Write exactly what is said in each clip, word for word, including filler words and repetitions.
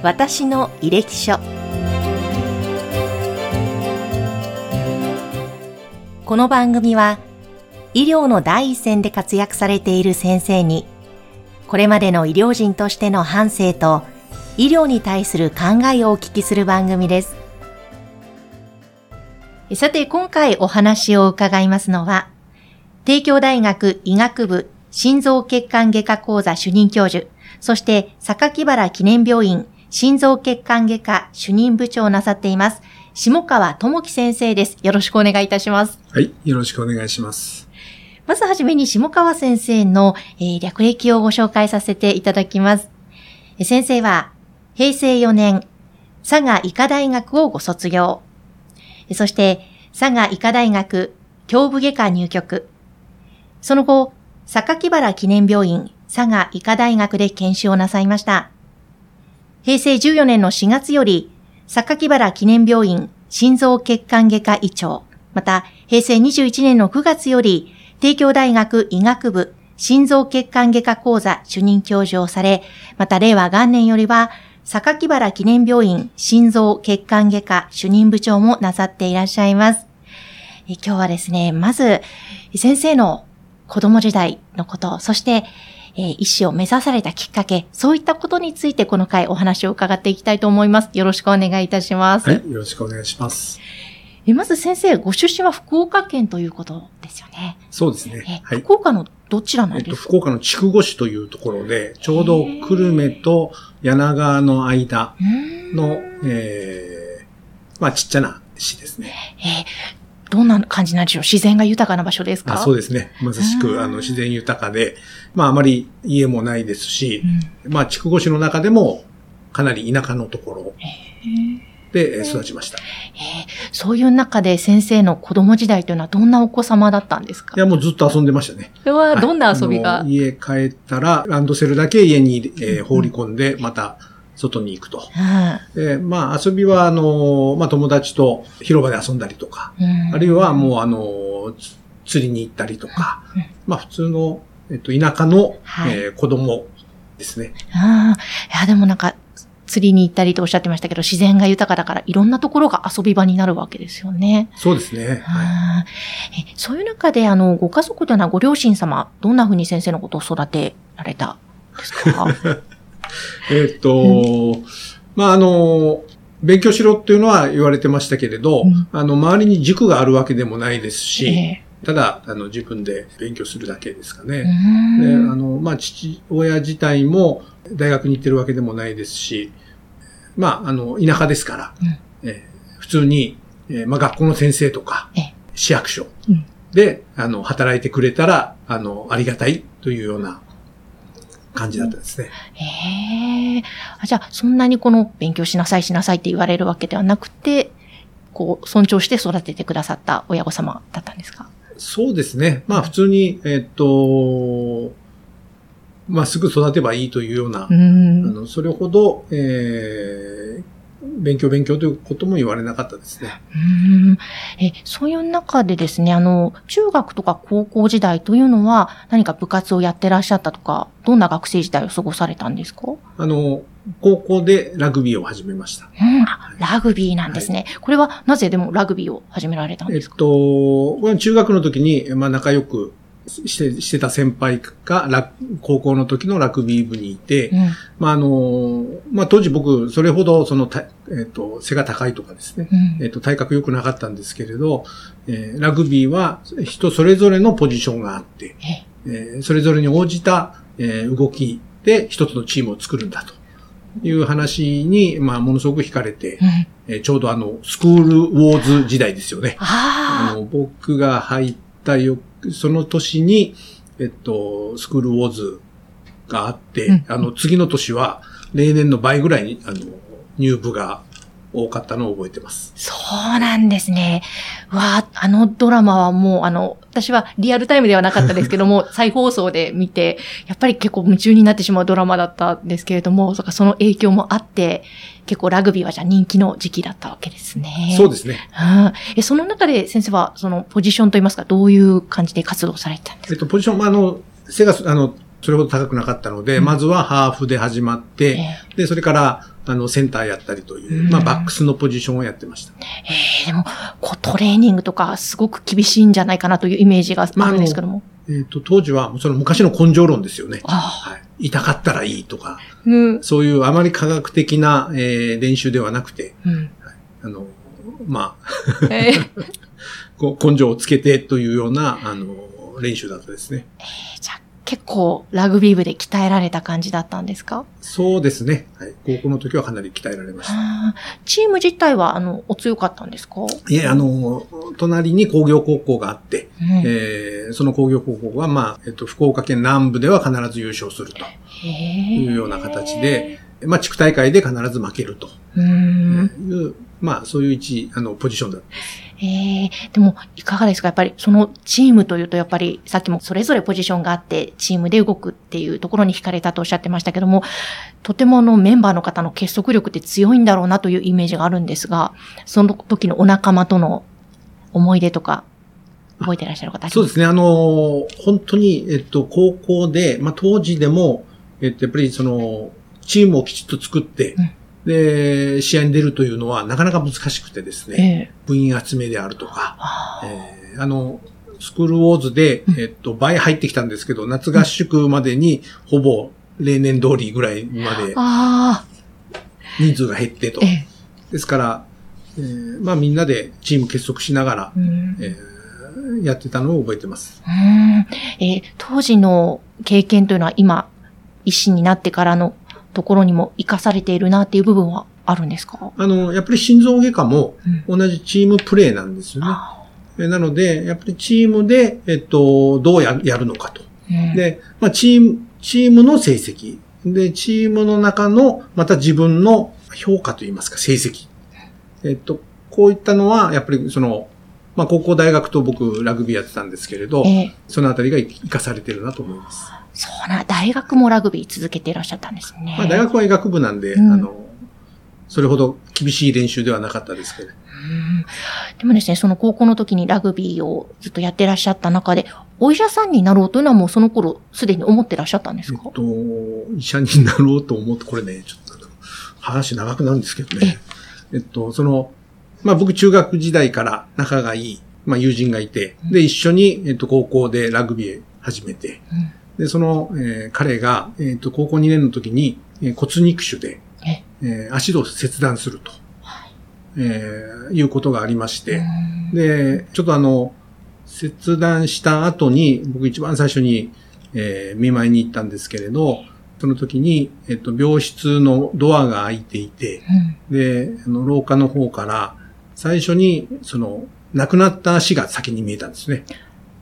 私の履歴書。この番組は医療の第一線で活躍されている先生にこれまでの医療人としての半生と医療に対する考えをお聞きする番組です。さて今回お話を伺いますのは帝京大学医学部心臓血管外科講座主任教授、そして榊原記念病院心臓血管外科主任部長をなさっています下川智樹先生です。よろしくお願いいたします。 はい、よろしくお願いします。 まずはじめに下川先生の、えー、略歴をご紹介させていただきます。え先生はへいせいよねん佐賀医科大学をご卒業。そして佐賀医科大学胸部外科入局。その後、榊原記念病院佐賀医科大学で研修をなさいました。へいせいじゅうよねんのしがつより榊原記念病院心臓血管外科医長、またへいせいにじゅういちねんのくがつより帝京大学医学部心臓血管外科講座主任教授をされ、またれいわ元年よりは榊原記念病院心臓血管外科主任部長もなさっていらっしゃいます。え今日はですね、まず先生の子供時代のこと、そしてえー、医師を目指されたきっかけ、そういったことについてこの回お話を伺っていきたいと思います。よろしくお願いいたします。 はい、よろしくお願いします。 えまず先生、ご出身は福岡県ということですよね。 そうですね。 えはい、福岡のどちらなんですか？ えっと、福岡の筑後市というところで、ちょうど久留米と柳川の間の、えー、まあちっちゃな市ですね。 えーどんな感じなんでしょう？自然が豊かな場所ですか？ あ、そうですね。まさしく、あの、自然豊かで、まあ、あまり家もないですし、うん、まあ、筑後市の中でも、かなり田舎のところで育ちました。 えーえー、そういう中で先生の子供時代というのはどんなお子様だったんですか？ いや、もうずっと遊んでましたね。 それはどんな遊びが？ はい、家帰ったら、ランドセルだけ家に、えー、放り込んで、また、外に行くと。うん、でまあ遊びは、あの、まあ友達と広場で遊んだりとか、うん、あるいはもうあの、釣りに行ったりとか、うん、まあ普通の、えっと、田舎の、はい、えー、子供ですね。 ああ、いやでもなんか、釣りに行ったりとおっしゃってましたけど、自然が豊かだからいろんなところが遊び場になるわけですよね。 そうですね。 はい、えそういう中で、あの、ご家族というのはご両親様、どんなふうに先生のことを育てられたんですか？ えっと、うん、まあ、あの、勉強しろっていうのは言われてましたけれど、うん、あの、周りに塾があるわけでもないですし、えー、ただ、あの、自分で勉強するだけですかね。で、あの、まあ、父親自体も大学に行ってるわけでもないですし、まあ、あの、田舎ですから、うん、えー、普通に、えー、まあ、学校の先生とか、えー、市役所で、うん、あの、働いてくれたら、あの、ありがたいというような、感じだったですね。 へえ。じゃあ、そんなにこの勉強しなさいしなさいって言われるわけではなくて、こう、尊重して育ててくださった親御様だったんですか？ そうですね。まあ、普通に、えーっと、まあ、すぐ育てばいいというような、うん、あの、それほど、えー、勉強勉強ということも言われなかったですね。 うんえそういう中でですね、あの、中学とか高校時代というのは何か部活をやってらっしゃったとか、どんな学生時代を過ごされたんですか？ あの、高校でラグビーを始めました。 うん、ラグビーなんですね。はい、これはなぜでもラグビーを始められたんですか？ えっと、中学の時に、まあ仲良くして、してた先輩が、高校の時のラグビー部にいて、うん、まあ、あの、まあ、当時僕、それほど、その、えっと、背が高いとかですね、うん、えっと、体格良くなかったんですけれど、えー、ラグビーは人それぞれのポジションがあって、えー、それぞれに応じた、えー、動きで一つのチームを作るんだという話に、まあ、ものすごく惹かれて、うんえー、ちょうどあの、スクールウォーズ時代ですよね。あの僕が入ったよその年に、えっと、スクールウォーズがあって、うん、あの、次の年は、例年の倍ぐらいに、あの、入部が多かったのを覚えてます。 そうなんですね。わあ、あのドラマはもう、あの、私はリアルタイムではなかったですけども、再放送で見て、やっぱり結構夢中になってしまうドラマだったんですけれども、その影響もあって、結構ラグビーはじゃあ人気の時期だったわけですね。 そうですね。 うん、えその中で先生はそのポジションといいますか、どういう感じで活動されてたんですか？ えっと、ポジション、まあ、あの、背が、あの、それほど高くなかったので、うん、まずはハーフで始まって、えー、で、それから、 あの、センターやったりという、まあ、バックスのポジションをやってました。 ええー、でも、こう、トレーニングとか、すごく厳しいんじゃないかなというイメージがあるんですけども。 まあ、えっ、ー、と、当時は、その昔の根性論ですよね。 はい。 痛かったらいいとか、 うん、 そういうあまり科学的な、えー、練習ではなくて、 うん、 はい、あの、まあ、えー、根性をつけてというような、あの、練習だったですね。 えー、じゃあ結構ラグビー部で鍛えられた感じだったんですか？ そうですね。はい。高校の時はかなり鍛えられました。 チーム自体は、あの、お強かったんですか？ いえ、あの、隣に工業高校があって、うん、えー、その工業高校は、まあ、えっと、福岡県南部では必ず優勝するというような形で、まあ、地区大会で必ず負けるという、まあ、そういう一、あの、ポジションだったんです。 ええー、でも、いかがですか？やっぱり、そのチームというと、やっぱり、さっきもそれぞれポジションがあって、チームで動くっていうところに惹かれたとおっしゃってましたけども、とてもあの、メンバーの方の結束力って強いんだろうなというイメージがあるんですが、その時のお仲間との思い出とか、覚えてらっしゃる方？ そうですね。あの、本当に、えっと、高校で、まあ、当時でも、えっと、やっぱりその、チームをきちっと作って、うん、で、試合に出るというのはなかなか難しくてですね、えー、部員集めであるとか、えー、あの、スクールウォーズで、うん、えっと、倍入ってきたんですけど、夏合宿までにほぼ例年通りぐらいまで人数が減ってと。えー、ですから、えー、まあみんなでチーム結束しながら、うんえー、やってたのを覚えてます。 うんえー、当時の経験というのは今、医師になってからのところにも活かされているなっていう部分はあるんですか？ あの、やっぱり心臓外科も同じチームプレーなんですよね。うん、なので、やっぱりチームで、えっと、どうや、やるのかと。うん、で、まあ、チーム、チームの成績。で、チームの中の、また自分の評価といいますか、成績。えっと、こういったのは、やっぱりその、まあ、高校大学と僕、ラグビーやってたんですけれど、えー、そのあたりが活かされてるなと思います。 そうな、大学もラグビー続けていらっしゃったんですね。 まあ、大学は医学部なんで、うん、あの、それほど厳しい練習ではなかったですけど。 うんでもですね、その高校の時にラグビーをずっとやってらっしゃった中で、お医者さんになろうというのはもうその頃すでに思ってらっしゃったんですか？ えっと、医者になろうと思って、これね、ちょっと話長くなるんですけどね。えっと、その、まあ僕中学時代から仲がいい、まあ友人がいて、で、一緒に、えっと、高校でラグビー始めて、うんで、その、えー、彼が、えっと、高校にねんの時に、えー、骨肉腫で、えー、足を切断すると、はいえー、いうことがありまして、で、ちょっとあの、切断した後に、僕一番最初に、えー、見舞いに行ったんですけれど、その時に、えっと、病室のドアが開いていて、うん、で、あの、廊下の方から、最初に、その、亡くなった足が先に見えたんですね。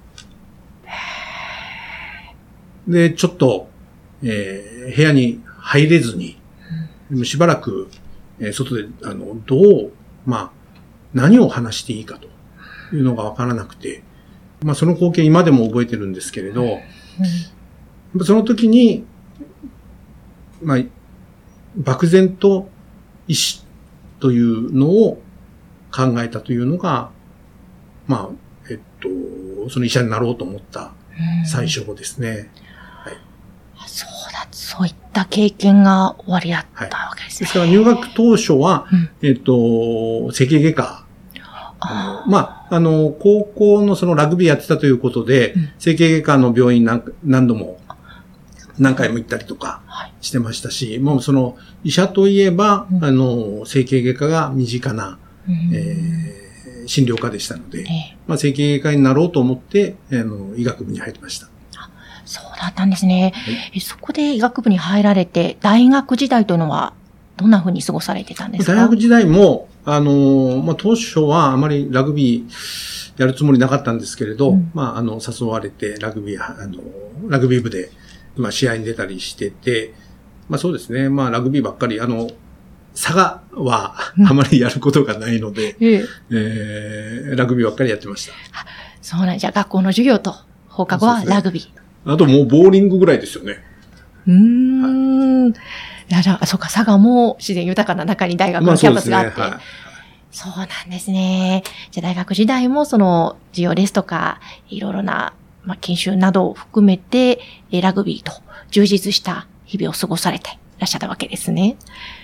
で、ちょっと、えー、部屋に入れずに、うん、しばらく、えー、外で、あの、どう、まあ、何を話していいかというのがわからなくて、まあ、その光景今でも覚えてるんですけれど、うん、その時に、まあ、漠然と医師というのを考えたというのが、まあ、えっと、その医者になろうと思った最初ですね。うんそうだ、そういった経験が終わりだったわけですね。 はい、ですから入学当初は、うん、えっと、整形外科。あまあ、あの、高校のそのラグビーやってたということで、うん、整形外科の病院何何度も、何回も行ったりとかしてましたし、はい、もうその医者といえば、うん、あの、整形外科が身近な、うんえー、診療科でしたので、えーまあ、整形外科になろうと思って、あの、医学部に入りました。 そうだったんですね、はい、え。そこで医学部に入られて、大学時代というのはどんな風に過ごされてたんですか？ 大学時代も、あの、まあ、当初はあまりラグビーやるつもりなかったんですけれど、うん、まあ、あの、誘われてラグビー、あの、ラグビー部で、まあ、試合に出たりしてて、まあそうですね、まあラグビーばっかり、あの、佐賀はあまりやることがないので、うんええー、ラグビーばっかりやってました。 あそうなんじゃ、学校の授業と放課後はラグビー。 あともうボーリングぐらいですよね。 うーん。はい、いや、じゃあ、そうか、佐賀も自然豊かな中に大学のキャンパスがあって。まあ、そうですね。はい、そうなんですね。じゃあ大学時代もその授業ですとか、いろいろな、まあ、研修などを含めて、ラグビーと充実した日々を過ごされていらっしゃったわけですね。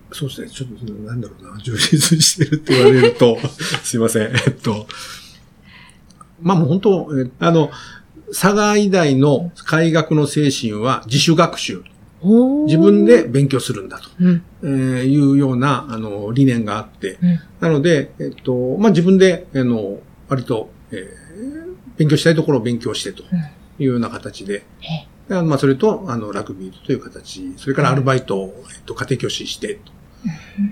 そうですね。ちょっと、なんだろうな、充実してるって言われると、すいません。えっと、まあもう本当、えあの、佐賀医大の開学の精神は自主学習。自分で勉強するんだと、うんえー、いうような、あの、理念があって、うん、なので、えっと、まあ自分で、あの、割と、えー、勉強したいところを勉強してというような形で、うん、まあそれと、あの、ラグビーという形、それからアルバイトを、えっと、家庭教師して、うん、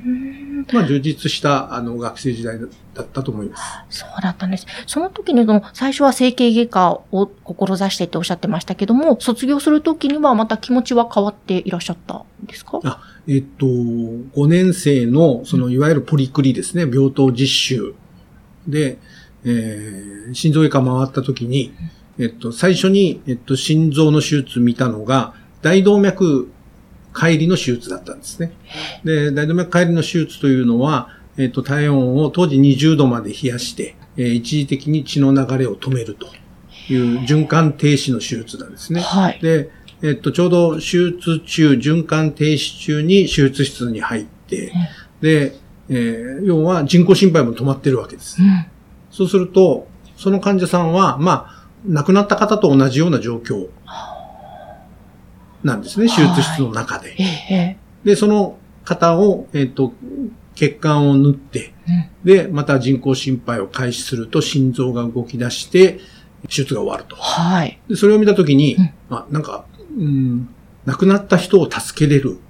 まあ充実した、あの、学生時代だったと思います。 そうだったんです。その時に、最初は整形外科を志してっておっしゃってましたけども、卒業する時にはまた気持ちは変わっていらっしゃったんですか？ あ、えっと、ごねん生の、その、いわゆるポリクリですね、病棟実習で、えー、心臓外科回った時に、えっと、最初に、えっと、心臓の手術見たのが、大動脈解離の手術だったんですね。で、大動脈解離の手術というのは、えっと、体温を当時にじゅうどまで冷やして、えー、一時的に血の流れを止めるという循環停止の手術なんですね。はい。で、えっと、ちょうど手術中、循環停止中に手術室に入って、うん、で、えー、要は人工心肺も止まってるわけです。うん、そうすると、その患者さんは、まあ、亡くなった方と同じような状況なんですね、手術室の中で。で、その方を、えっと、血管を縫って、うん、で、また人工心肺を開始すると心臓が動き出して、手術が終わると。はい。で、それを見たときに、うん、あ、なんか、うん、亡くなった人を助けれる、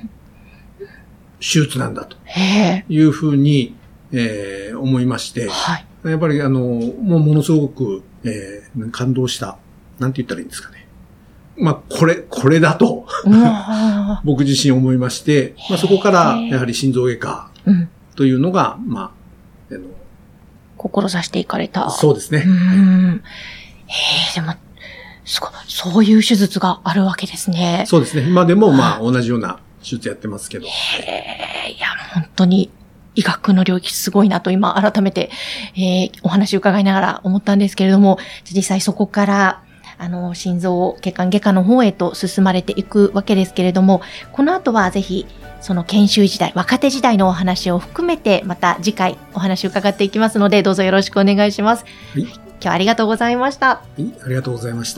手術なんだと。いうふうに、えー、思いまして、はい。やっぱり、あの、もうものすごく、えー、感動した。なんて言ったらいいんですかね。まあ、これ、これだと、僕自身思いまして、まあ、そこから、やはり心臓外科というのが、うん、まあ、あの、 志していかれた。 そうですね。 うん。へえ、でも、すごい、そういう手術があるわけですね。 そうですね。今でも、まあ、同じような手術やってますけど。 へえ、いや、本当に、医学の領域すごいなと今改めて、えー、お話を伺いながら思ったんですけれども、実際そこから、あの、心臓血管外科の方へと進まれていくわけですけれども、この後はぜひ、その研修時代、若手時代のお話を含めて、また次回お話を伺っていきますので、どうぞよろしくお願いします。はい、今日はありがとうございました。はい、ありがとうございました。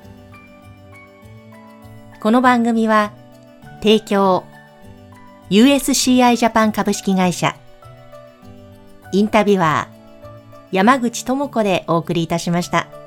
この番組は、提供、ユーエスシーアイ ジャパン株式会社、インタビュアー、山口智子でお送りいたしました。